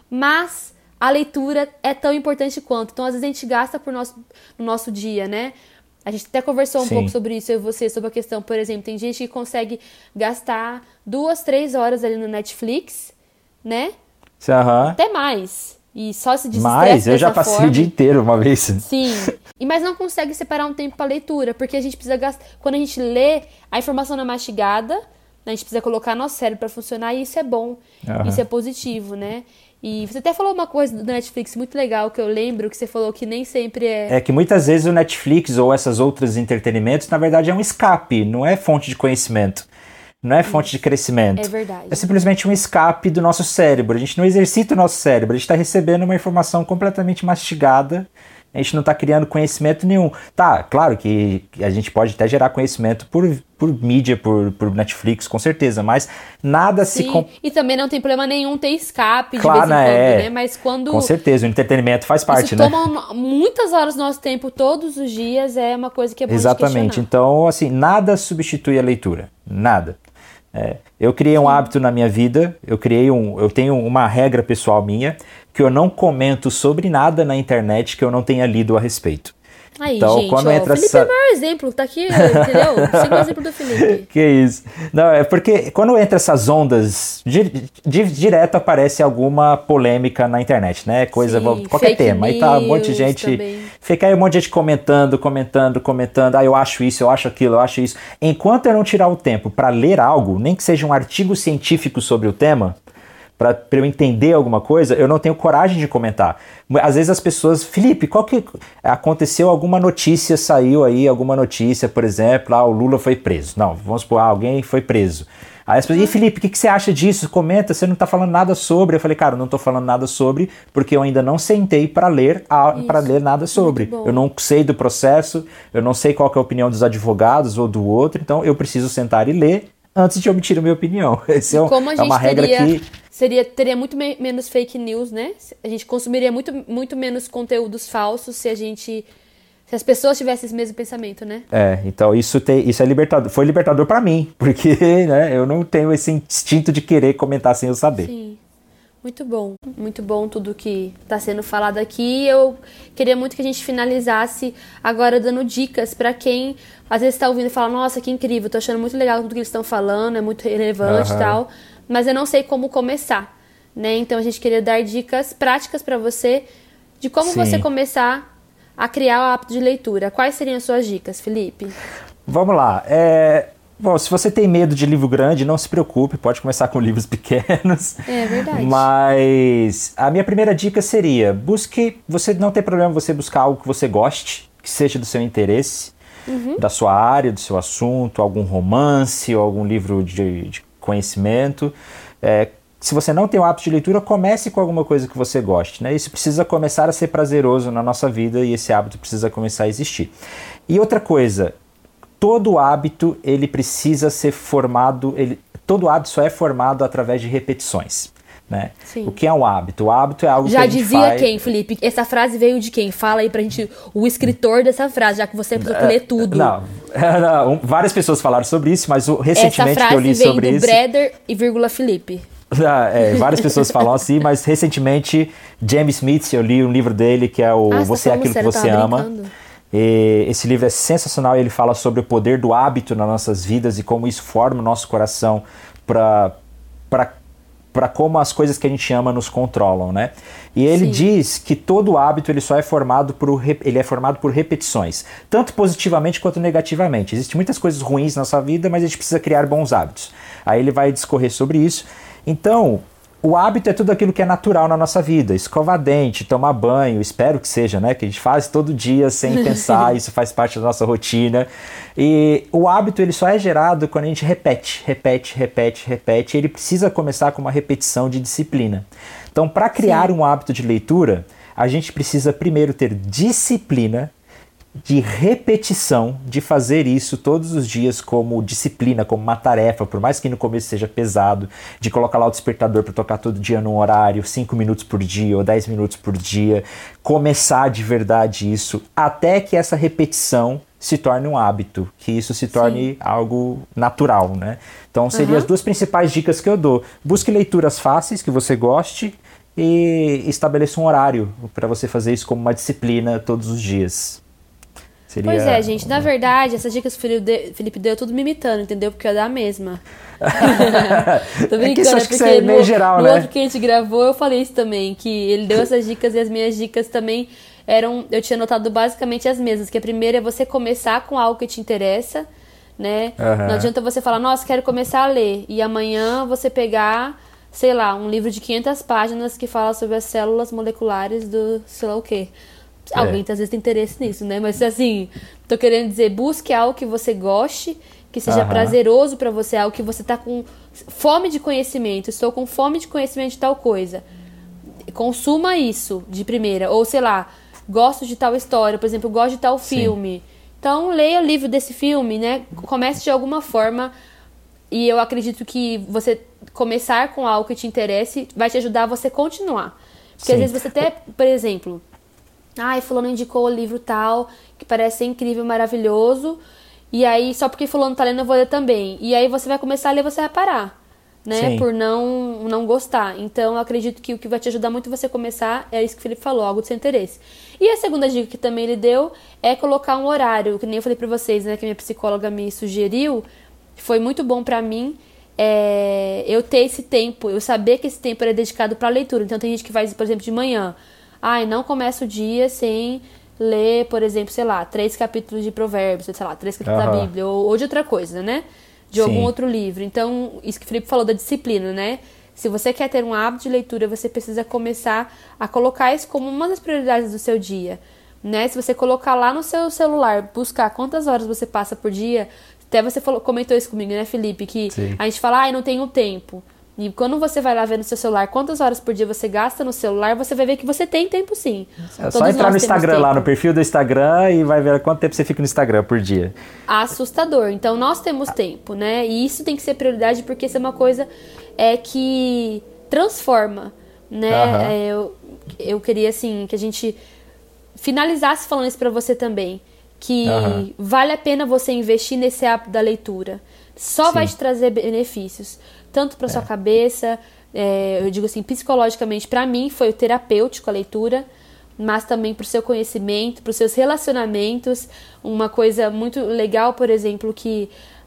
Speaker 1: Mas a leitura é tão importante quanto. Então, às vezes a gente gasta por nosso, no nosso dia, né? A gente até conversou um
Speaker 2: Sim.
Speaker 1: pouco sobre isso, eu e você, sobre a questão, por exemplo, tem gente que consegue gastar duas, três horas ali no Netflix, né?
Speaker 2: Uhum.
Speaker 1: Até mais. E só se desestressa
Speaker 2: Mas eu já passei
Speaker 1: forma.
Speaker 2: o dia inteiro uma vez.
Speaker 1: Sim. E, mas não consegue separar um tempo para leitura, porque a gente precisa gastar. Quando a gente lê, a informação não é mastigada, a gente precisa colocar nosso cérebro para funcionar e isso é bom. Uhum. Isso é positivo, né? E você até falou uma coisa do Netflix muito legal que eu lembro, que você falou que nem sempre é...
Speaker 2: É que muitas vezes o Netflix ou essas outras entretenimentos, na verdade, é um escape, não é fonte de conhecimento. Não é fonte de crescimento.
Speaker 1: É verdade.
Speaker 2: É simplesmente um escape do nosso cérebro. A gente não exercita o nosso cérebro. A gente está recebendo uma informação completamente mastigada. A gente não está criando conhecimento nenhum. Tá, claro que a gente pode até gerar conhecimento por, por mídia, por, por Netflix, com certeza. Mas nada
Speaker 1: Sim,
Speaker 2: se... Com...
Speaker 1: E também não tem problema nenhum ter escape
Speaker 2: claro,
Speaker 1: de vez em quando,
Speaker 2: é.
Speaker 1: né? Mas quando...
Speaker 2: Com certeza, o entretenimento faz parte,
Speaker 1: isso
Speaker 2: né?
Speaker 1: toma muitas horas do nosso tempo, todos os dias, é uma coisa que é bom
Speaker 2: Exatamente.
Speaker 1: de
Speaker 2: Então, assim, nada substitui a leitura. Nada. É, eu criei um Sim. hábito na minha vida, eu criei um, eu tenho uma regra pessoal minha, que eu não comento sobre nada na internet que eu não tenha lido a respeito.
Speaker 1: Aí,
Speaker 2: então,
Speaker 1: gente,
Speaker 2: quando
Speaker 1: ó,
Speaker 2: entra
Speaker 1: o Felipe
Speaker 2: essa...
Speaker 1: é o maior exemplo, tá aqui, entendeu? Siga o exemplo do Felipe.
Speaker 2: Que isso. Não, é porque quando entra essas ondas, di, di, direto aparece alguma polêmica na internet, né? Coisa,
Speaker 1: Sim,
Speaker 2: qualquer tema. Aí tá um monte de gente...
Speaker 1: também.
Speaker 2: Fica aí um monte de gente comentando, comentando, comentando. Ah, eu acho isso, eu acho aquilo, eu acho isso. Enquanto eu não tirar o tempo para ler algo, nem que seja um artigo científico sobre o tema... para eu entender alguma coisa, eu não tenho coragem de comentar. Às vezes as pessoas, Felipe, qual que aconteceu alguma notícia, saiu aí alguma notícia, por exemplo, ah, o Lula foi preso. Não, vamos supor, ah, alguém foi preso. Aí as pessoas, e Felipe, o que, que você acha disso? Comenta, você não está falando nada sobre. Eu falei, cara, eu não estou falando nada sobre, porque eu ainda não sentei para ler, para ler nada sobre. Eu não sei do processo, eu não sei qual que é a opinião dos advogados ou do outro, então eu preciso sentar e ler antes de emitir a minha opinião. Essa é,
Speaker 1: como a gente
Speaker 2: é uma regra
Speaker 1: teria,
Speaker 2: que...
Speaker 1: Seria, teria muito me- menos fake news, né? A gente consumiria muito, muito menos conteúdos falsos se a gente... Se as pessoas tivessem esse mesmo pensamento, né?
Speaker 2: É, então isso, tem, isso é libertador, foi libertador pra mim, porque né, eu não tenho esse instinto de querer comentar sem eu saber.
Speaker 1: Sim, muito bom. Muito bom tudo que tá sendo falado aqui. Eu queria muito que a gente finalizasse agora dando dicas pra quem às vezes tá ouvindo e fala, nossa, que incrível, tô achando muito legal tudo que eles estão falando, é muito relevante e
Speaker 2: Uhum.
Speaker 1: tal, mas eu não sei como começar, né? Então a gente queria dar dicas práticas pra você de como
Speaker 2: Sim.
Speaker 1: você começar a criar o hábito de leitura. Quais seriam as suas dicas, Felipe?
Speaker 2: Vamos lá. É, bom, se você tem medo de livro grande, não se preocupe, pode começar com livros pequenos.
Speaker 1: É verdade.
Speaker 2: Mas a minha primeira dica seria, busque, você não tem problema você buscar algo que você goste, que seja do seu interesse, uhum. da sua área, do seu assunto, algum romance ou algum livro de, de conhecimento. É, se você não tem o hábito de leitura, comece com alguma coisa que você goste, né? Isso precisa começar a ser prazeroso na nossa vida e esse hábito precisa começar a existir. E outra coisa, todo hábito ele precisa ser formado, ele, todo hábito só é formado através de repetições. Né?
Speaker 1: Sim.
Speaker 2: O que é um hábito? O hábito é algo
Speaker 1: já
Speaker 2: que a gente
Speaker 1: dizia
Speaker 2: faz...
Speaker 1: quem, Felipe? Essa frase veio de quem? Fala aí pra gente, o escritor dessa frase, já que você é a pessoa que lê tudo.
Speaker 2: Não, não, várias pessoas falaram sobre isso, mas recentemente que eu li sobre isso...
Speaker 1: Essa frase vem do Breder e vírgula Felipe.
Speaker 2: É, várias pessoas falam assim, mas recentemente James Smith, eu li um livro dele que é o
Speaker 1: ah,
Speaker 2: Você é Aquilo
Speaker 1: sério,
Speaker 2: que Você Ama. E esse livro é sensacional, ele fala sobre o poder do hábito nas nossas vidas e como isso forma o nosso coração para para como as coisas que a gente ama nos controlam, né? E ele Sim. diz que todo hábito ele só é formado por ele é formado por repetições, tanto positivamente quanto negativamente. Existem muitas coisas ruins na nossa vida, mas a gente precisa criar bons hábitos. Aí ele vai discorrer sobre isso. Então, o hábito é tudo aquilo que é natural na nossa vida. Escovar dente, tomar banho, espero que seja, né? Que a gente faz todo dia sem pensar, isso faz parte da nossa rotina. E o hábito ele só é gerado quando a gente repete, repete, repete, repete. E ele precisa começar com uma repetição de disciplina. Então, para criar Sim. um hábito de leitura, a gente precisa primeiro ter disciplina, de repetição, de fazer isso todos os dias como disciplina, como uma tarefa, por mais que no começo seja pesado, de colocar lá o despertador para tocar todo dia num horário, cinco minutos por dia ou dez minutos por dia, começar de verdade isso, até que essa repetição se torne um hábito, que isso se torne Sim. algo natural, né? Então seriam uhum. as duas principais dicas que eu dou. Busque leituras fáceis, que você goste, e estabeleça um horário para você fazer isso como uma disciplina todos os dias. Seria...
Speaker 1: Pois é, gente, na verdade, essas dicas que o Felipe deu, eu tudo me imitando, entendeu? Porque eu ia dar a mesma. Tô brincando, é que isso acho é porque que é meio no, geral, no né? outro que a gente gravou, eu falei isso também, que ele deu essas dicas e as minhas dicas também eram, eu tinha notado basicamente as mesmas, que a primeira é você começar com algo que te interessa, né? Uhum. Não adianta você falar, nossa, quero começar a ler, e amanhã você pegar, sei lá, um livro de quinhentas páginas que fala sobre as células moleculares do sei lá o quê. Alguém é. às vezes tem interesse nisso, né? Mas assim, tô querendo dizer, busque algo que você goste, que seja uh-huh. prazeroso pra você, algo que você tá com fome de conhecimento. Estou com fome de conhecimento de tal coisa. Consuma isso de primeira. Ou sei lá, gosto de tal história, por exemplo, gosto de tal filme. Sim. Então, leia o livro desse filme, né? Comece de alguma forma. E eu acredito que você começar com algo que te interesse vai te ajudar a você continuar. Porque Sim. às vezes você até, por exemplo... Ai, fulano indicou o livro tal, que parece ser incrível, maravilhoso. E aí, só porque fulano tá lendo, eu vou ler também. E aí você vai começar a ler, você vai parar, né? Sim. Por não, não gostar. Então, eu acredito que o que vai te ajudar muito você começar é isso que o Felipe falou, algo do seu interesse. E a segunda dica que também ele deu é colocar um horário, que nem eu falei pra vocês, né? Que a minha psicóloga me sugeriu. Foi muito bom pra mim é, eu ter esse tempo, eu saber que esse tempo era dedicado pra leitura. Então, tem gente que faz, por exemplo, de manhã. Ai, não começa o dia sem ler, por exemplo, sei lá, três capítulos de Provérbios, sei lá, três capítulos uhum. da Bíblia, ou, ou de outra coisa, né? De Sim. algum outro livro. Então, isso que o Felipe falou da disciplina, né? Se você quer ter um hábito de leitura, você precisa começar a colocar isso como uma das prioridades do seu dia, né? Se você colocar lá no seu celular, buscar quantas horas você passa por dia, até você falou, comentou isso comigo, né, Felipe? Que Sim. a gente fala, ai, não tenho tempo. E quando você vai lá ver no seu celular quantas horas por dia você gasta no celular, você vai ver que você tem tempo sim.
Speaker 2: É Todos só entrar no Instagram lá, no perfil do Instagram e vai ver quanto tempo você fica no Instagram por dia.
Speaker 1: Assustador. Então nós temos tempo, né? E isso tem que ser prioridade porque isso é uma coisa é, que transforma, né? Uhum. É, eu, eu queria assim que a gente finalizasse falando isso pra você também. Que uhum. vale a pena você investir nesse hábito da leitura. Só Sim. vai te trazer benefícios. Tanto para é. sua cabeça, é, eu digo assim, psicologicamente, para mim foi o terapêutico a leitura, mas também para o seu conhecimento, para os seus relacionamentos. Uma coisa muito legal, por exemplo, que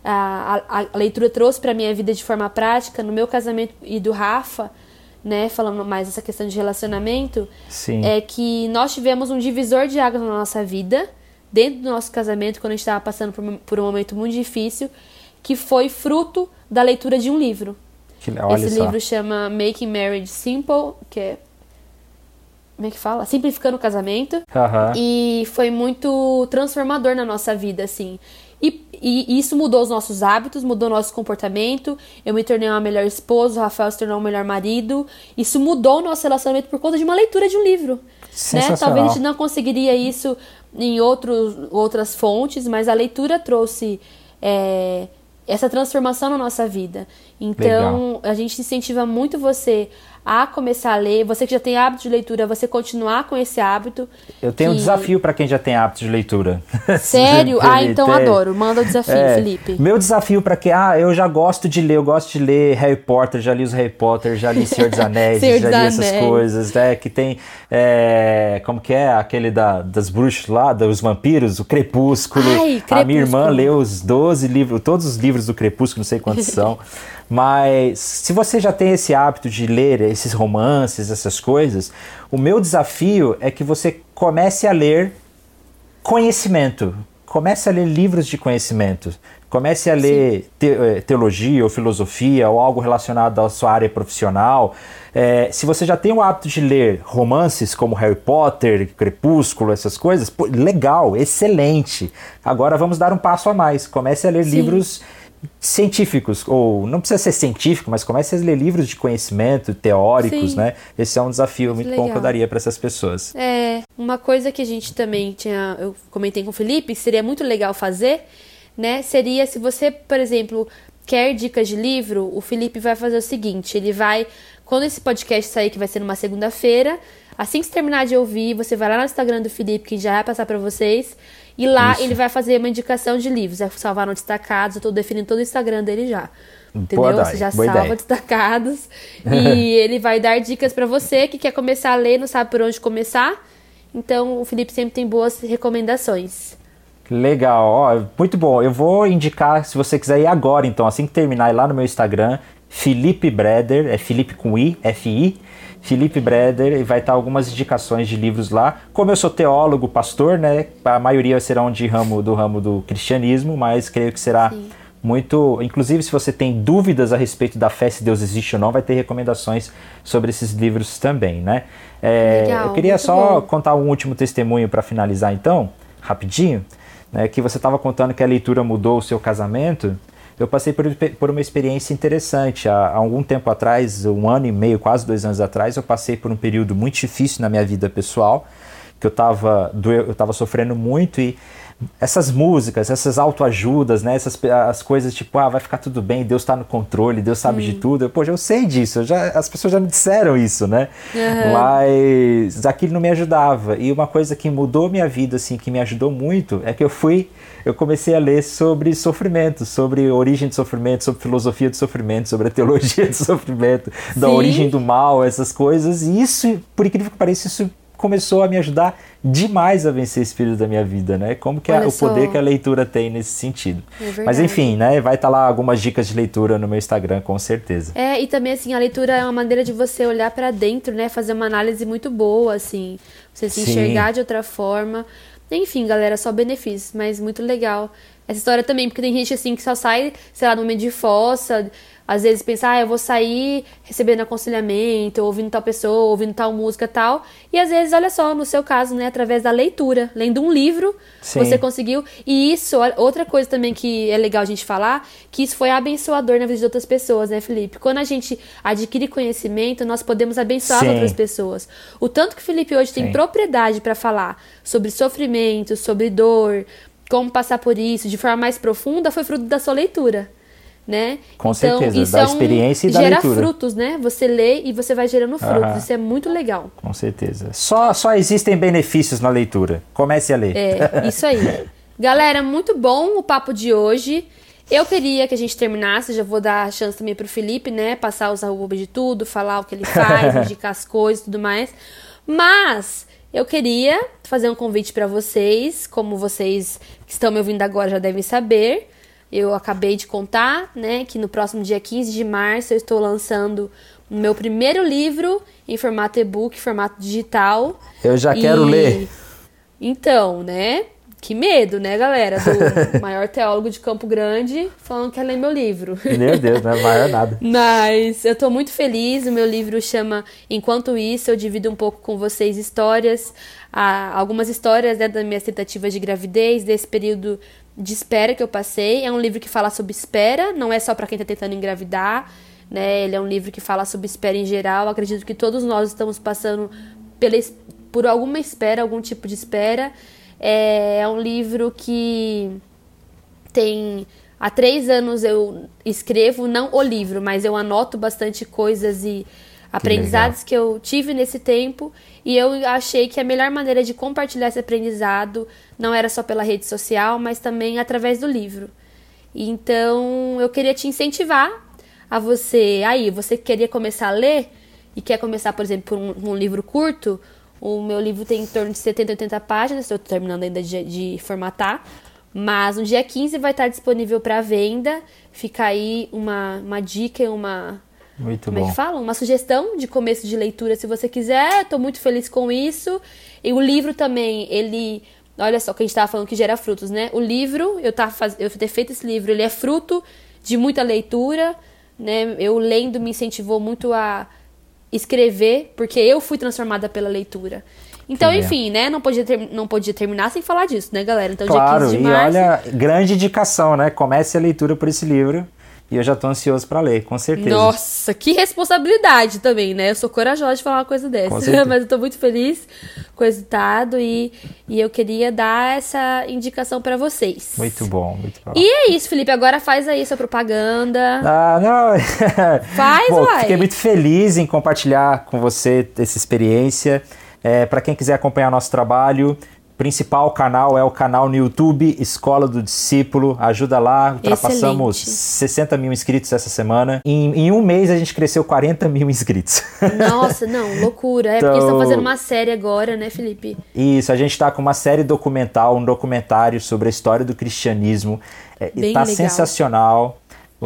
Speaker 1: a, a, a leitura trouxe para a minha vida de forma prática, no meu casamento e do Rafa, né, falando mais dessa questão de relacionamento,
Speaker 2: Sim.
Speaker 1: é que nós tivemos um divisor de águas na nossa vida, dentro do nosso casamento, quando a gente estava passando por, por um momento muito difícil, que foi fruto da leitura de um livro.
Speaker 2: Que, olha
Speaker 1: Esse
Speaker 2: só.
Speaker 1: livro chama Making Marriage Simple, que é... Como é que fala? Simplificando o casamento.
Speaker 2: Uh-huh.
Speaker 1: E foi muito transformador na nossa vida, assim. E, e isso mudou os nossos hábitos, mudou o nosso comportamento. Eu me tornei uma melhor esposa, o Rafael se tornou um melhor marido. Isso mudou o nosso relacionamento por conta de uma leitura de um livro. Né? Talvez a gente não conseguiria isso em outros, outras fontes, mas a leitura trouxe... É, essa transformação na nossa vida. Então, Legal. A gente incentiva muito você a começar a ler, você que já tem hábito de leitura, você continuar com esse hábito.
Speaker 2: Eu tenho
Speaker 1: que...
Speaker 2: um desafio para quem já tem hábito de leitura.
Speaker 1: Sério? Ah, então adoro. Manda o desafio, é, Felipe.
Speaker 2: Meu desafio para quem, ah, eu já gosto de ler, eu gosto de ler Harry Potter, já li os Harry Potter, já li Senhor dos Anéis,
Speaker 1: Senhor
Speaker 2: já
Speaker 1: dos
Speaker 2: li
Speaker 1: Anéis.
Speaker 2: essas coisas, né, que tem, é, como que é, aquele da, das bruxas lá, dos vampiros, o Crepúsculo.
Speaker 1: Ai, Crepúsculo.
Speaker 2: A minha irmã leu os doze livros, todos os livros do Crepúsculo, não sei quantos são. Mas se você já tem esse hábito de ler esses romances, essas coisas, o meu desafio é que você comece a ler conhecimento. Comece a ler livros de conhecimento. Comece a ler te, teologia ou filosofia ou algo relacionado à sua área profissional. É, se você já tem o hábito de ler romances como Harry Potter, Crepúsculo, essas coisas, pô, legal, excelente. Agora vamos dar um passo a mais. Comece a ler Sim. livros científicos, ou não precisa ser científico, mas comece a ler livros de conhecimento, teóricos, Sim. né? Esse é um desafio muito, muito bom que eu daria para essas pessoas.
Speaker 1: É, uma coisa que a gente também tinha, eu comentei com o Felipe, seria muito legal fazer, né? Seria se você, por exemplo, quer dicas de livro, o Felipe vai fazer o seguinte, ele vai, quando esse podcast sair, que vai ser numa segunda-feira, assim que você terminar de ouvir, você vai lá no Instagram do Felipe, que já vai passar para vocês, e lá Isso. ele vai fazer uma indicação de livros, vai salvar no destacados, eu tô definindo todo o Instagram dele já. Entendeu? Você já salva ideia. destacados e ele vai dar dicas para você que quer começar a ler, não sabe por onde começar. Então o Felipe sempre tem boas recomendações.
Speaker 2: Legal, ó, muito bom. Eu vou indicar, se você quiser ir agora, então, assim que terminar, ir lá no meu Instagram, Felipe Breder, é Felipe com I, F I, Felipe Breder, e vai estar algumas indicações de livros lá. Como eu sou teólogo, pastor, né, a maioria serão de ramo, do ramo do cristianismo, mas creio que será Sim. muito... Inclusive, se você tem dúvidas a respeito da fé, se Deus existe ou não, vai ter recomendações sobre esses livros também, né? É, Legal, eu queria só bom. contar um último testemunho para finalizar, então, rapidinho, né, que você estava contando que a leitura mudou o seu casamento. Eu passei por, por uma experiência interessante. Há, há algum tempo atrás, um ano e meio, quase dois anos atrás, eu passei por um período muito difícil na minha vida pessoal, que eu estava eu estava sofrendo muito, e essas músicas, essas autoajudas, né, essas as coisas tipo, ah, vai ficar tudo bem, Deus está no controle, Deus sabe hum. de tudo. Eu, Poxa, eu sei disso, eu já, as pessoas já me disseram isso, né? Uhum. Mas aquilo não me ajudava. E uma coisa que mudou minha vida, assim, que me ajudou muito, é que eu fui, eu comecei a ler sobre sofrimento, sobre origem de sofrimento, sobre filosofia do sofrimento, sobre a teologia do sofrimento, Sim. da origem do mal, essas coisas. E isso, por incrível que pareça, isso começou a me ajudar demais a vencer esse período da minha vida, né? Como que é o poder que a leitura tem nesse sentido. É Mas enfim, né? Vai estar lá algumas dicas de leitura no meu Instagram, com certeza.
Speaker 1: É, e também assim, a leitura é uma maneira de você olhar pra dentro, né? Fazer uma análise muito boa, assim. Você se Sim. enxergar de outra forma. Enfim, galera, só benefícios, mas muito legal. Essa história também, porque tem gente assim que só sai, sei lá, no momento de fossa, às vezes pensa, ah, eu vou sair recebendo aconselhamento, ouvindo tal pessoa, ouvindo tal música e tal. E às vezes, olha só, no seu caso, né, através da leitura, lendo um livro, Sim. você conseguiu. E isso, outra coisa também que é legal a gente falar, que isso foi abençoador na vida de outras pessoas, né, Felipe? Quando a gente adquire conhecimento, nós podemos abençoar Sim. outras pessoas. O tanto que o Felipe hoje tem Sim. propriedade para falar sobre sofrimento, sobre dor, como passar por isso de forma mais profunda, foi fruto da sua leitura. Né?
Speaker 2: Com
Speaker 1: então,
Speaker 2: certeza,
Speaker 1: isso
Speaker 2: da
Speaker 1: é um,
Speaker 2: experiência e da
Speaker 1: gera
Speaker 2: leitura.
Speaker 1: frutos, né? Você lê e você vai gerando frutos.
Speaker 2: Uhum.
Speaker 1: Isso é muito legal.
Speaker 2: Com certeza. Só, só existem benefícios na leitura. Comece a ler.
Speaker 1: É, isso aí. Galera, muito bom o papo de hoje. Eu queria que a gente terminasse, já vou dar a chance também pro Felipe, né? Passar os arroba de tudo, falar o que ele faz, indicar as coisas e tudo mais. Mas eu queria fazer um convite para vocês, como vocês que estão me ouvindo agora já devem saber. Eu acabei de contar, né, que no próximo dia quinze de março eu estou lançando o meu primeiro livro em formato e-book, formato digital.
Speaker 2: Eu já e... quero ler.
Speaker 1: Então, né, que medo, né, galera, do maior teólogo de Campo Grande falando que quer ler meu livro.
Speaker 2: Meu Deus, não é maior nada.
Speaker 1: Mas eu tô muito feliz, o meu livro chama Enquanto Isso, eu divido um pouco com vocês histórias, ah, algumas histórias, né, das minhas tentativas de gravidez, desse período de espera que eu passei. É um livro que fala sobre espera, não é só para quem tá tentando engravidar, né? Ele é um livro que fala sobre espera em geral. Acredito que todos nós estamos passando pela, por alguma espera, algum tipo de espera. É, é um livro que tem... Há três anos eu escrevo, não o livro, mas eu anoto bastante coisas e aprendizados que eu tive nesse tempo, e eu achei que a melhor maneira de compartilhar esse aprendizado não era só pela rede social, mas também através do livro. Então, eu queria te incentivar a você, aí, você que queria começar a ler e quer começar, por exemplo, por um, um livro curto. O meu livro tem em torno de setenta, oitenta páginas, estou terminando ainda de, de formatar, mas no dia quinze vai estar disponível para venda. Fica aí uma, uma dica, uma...
Speaker 2: Muito
Speaker 1: Como
Speaker 2: bom.
Speaker 1: é que fala? Uma sugestão de começo de leitura, se você quiser. Estou muito feliz com isso. E o livro também, ele... Olha só, que a gente estava falando que gera frutos, né? O livro, eu, tava faz... eu ter feito esse livro, ele é fruto de muita leitura, né? Eu lendo me incentivou muito a escrever, porque eu fui transformada pela leitura. Então,
Speaker 2: que
Speaker 1: enfim, né? Não podia, ter... não podia terminar sem falar disso, né, galera? Então,
Speaker 2: claro,
Speaker 1: dia quinze de março...
Speaker 2: e olha, grande indicação, né? Comece a leitura por esse livro. E eu já tô ansioso pra ler, com certeza.
Speaker 1: Nossa, que responsabilidade também, né? Eu sou corajosa de falar uma coisa dessa. Mas eu tô muito feliz com o resultado e, e eu queria dar essa indicação pra vocês.
Speaker 2: Muito bom, muito bom.
Speaker 1: E é isso, Felipe. Agora faz aí sua propaganda.
Speaker 2: Ah, não.
Speaker 1: Faz,
Speaker 2: bom,
Speaker 1: uai.
Speaker 2: Fiquei muito feliz em compartilhar com você essa experiência. É, pra quem quiser acompanhar nosso trabalho... Principal canal é o canal no YouTube, Escola do Discípulo. Ajuda lá, ultrapassamos
Speaker 1: Excelente.
Speaker 2: sessenta mil inscritos essa semana. Em, em um mês a gente cresceu quarenta mil inscritos.
Speaker 1: Nossa, não, loucura. É
Speaker 2: então,
Speaker 1: porque estão fazendo uma série agora, né, Felipe?
Speaker 2: Isso, a gente está com uma série documental, um documentário sobre a história do cristianismo. Está é, sensacional.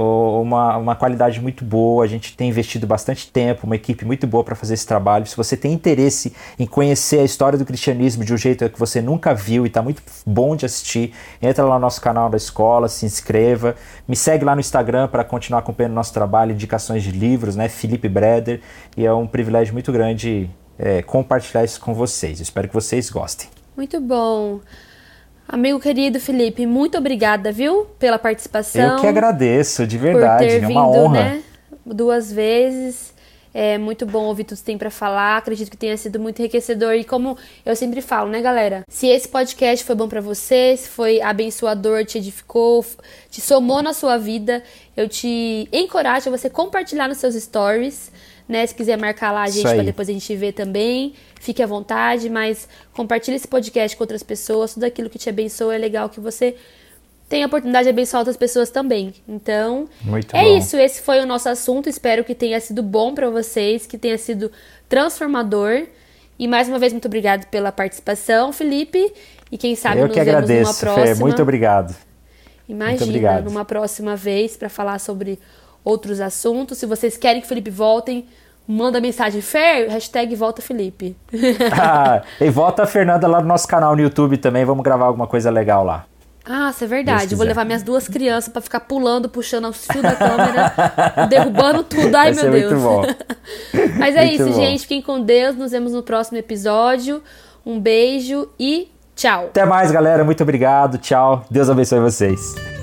Speaker 2: Uma, uma qualidade muito boa, a gente tem investido bastante tempo, uma equipe muito boa para fazer esse trabalho. Se você tem interesse em conhecer a história do cristianismo de um jeito que você nunca viu e está muito bom de assistir, entra lá no nosso canal da escola, se inscreva, me segue lá no Instagram para continuar acompanhando o nosso trabalho, indicações de livros, né, Felipe Breder, e é um privilégio muito grande é, compartilhar isso com vocês. Eu espero que vocês gostem.
Speaker 1: Muito bom. Amigo querido Felipe, muito obrigada, viu, pela participação.
Speaker 2: Eu que agradeço, de verdade,
Speaker 1: por ter
Speaker 2: é
Speaker 1: vindo,
Speaker 2: uma honra.
Speaker 1: Né, duas vezes. É muito bom ouvir tudo que tem pra falar. Acredito que tenha sido muito enriquecedor. E como eu sempre falo, né, galera? Se esse podcast foi bom pra você, se foi abençoador, te edificou, te somou na sua vida, eu te encorajo a você compartilhar nos seus stories, né? Se quiser marcar lá a gente pra depois a gente ver também, fique à vontade, mas compartilhe esse podcast com outras pessoas. Tudo aquilo que te abençoa é legal que você tenha a oportunidade de abençoar outras pessoas também. Então,
Speaker 2: muito
Speaker 1: é
Speaker 2: bom.
Speaker 1: isso. Esse foi o nosso assunto. Espero que tenha sido bom pra vocês, que tenha sido transformador. E mais uma vez, muito obrigado pela participação, Felipe. E quem sabe
Speaker 2: eu
Speaker 1: nos
Speaker 2: que
Speaker 1: vemos
Speaker 2: agradeço,
Speaker 1: numa próxima.
Speaker 2: Fê, muito obrigado.
Speaker 1: Imagina,
Speaker 2: muito obrigado.
Speaker 1: Numa próxima vez para falar sobre outros assuntos. Se vocês querem que o Felipe voltem, manda mensagem, Fer, hashtag volta Felipe.
Speaker 2: Ah, e volta a Fernanda lá no nosso canal no YouTube também, vamos gravar alguma coisa legal lá.
Speaker 1: Ah, isso é verdade. Eu vou levar minhas duas crianças pra ficar pulando, puxando o fio da câmera, derrubando tudo. Ai,
Speaker 2: Vai
Speaker 1: meu
Speaker 2: ser
Speaker 1: Deus.
Speaker 2: muito bom.
Speaker 1: Mas é
Speaker 2: muito
Speaker 1: isso,
Speaker 2: bom.
Speaker 1: gente. Fiquem com Deus. Nos vemos no próximo episódio. Um beijo e tchau.
Speaker 2: Até mais, galera. Muito obrigado. Tchau. Deus abençoe vocês.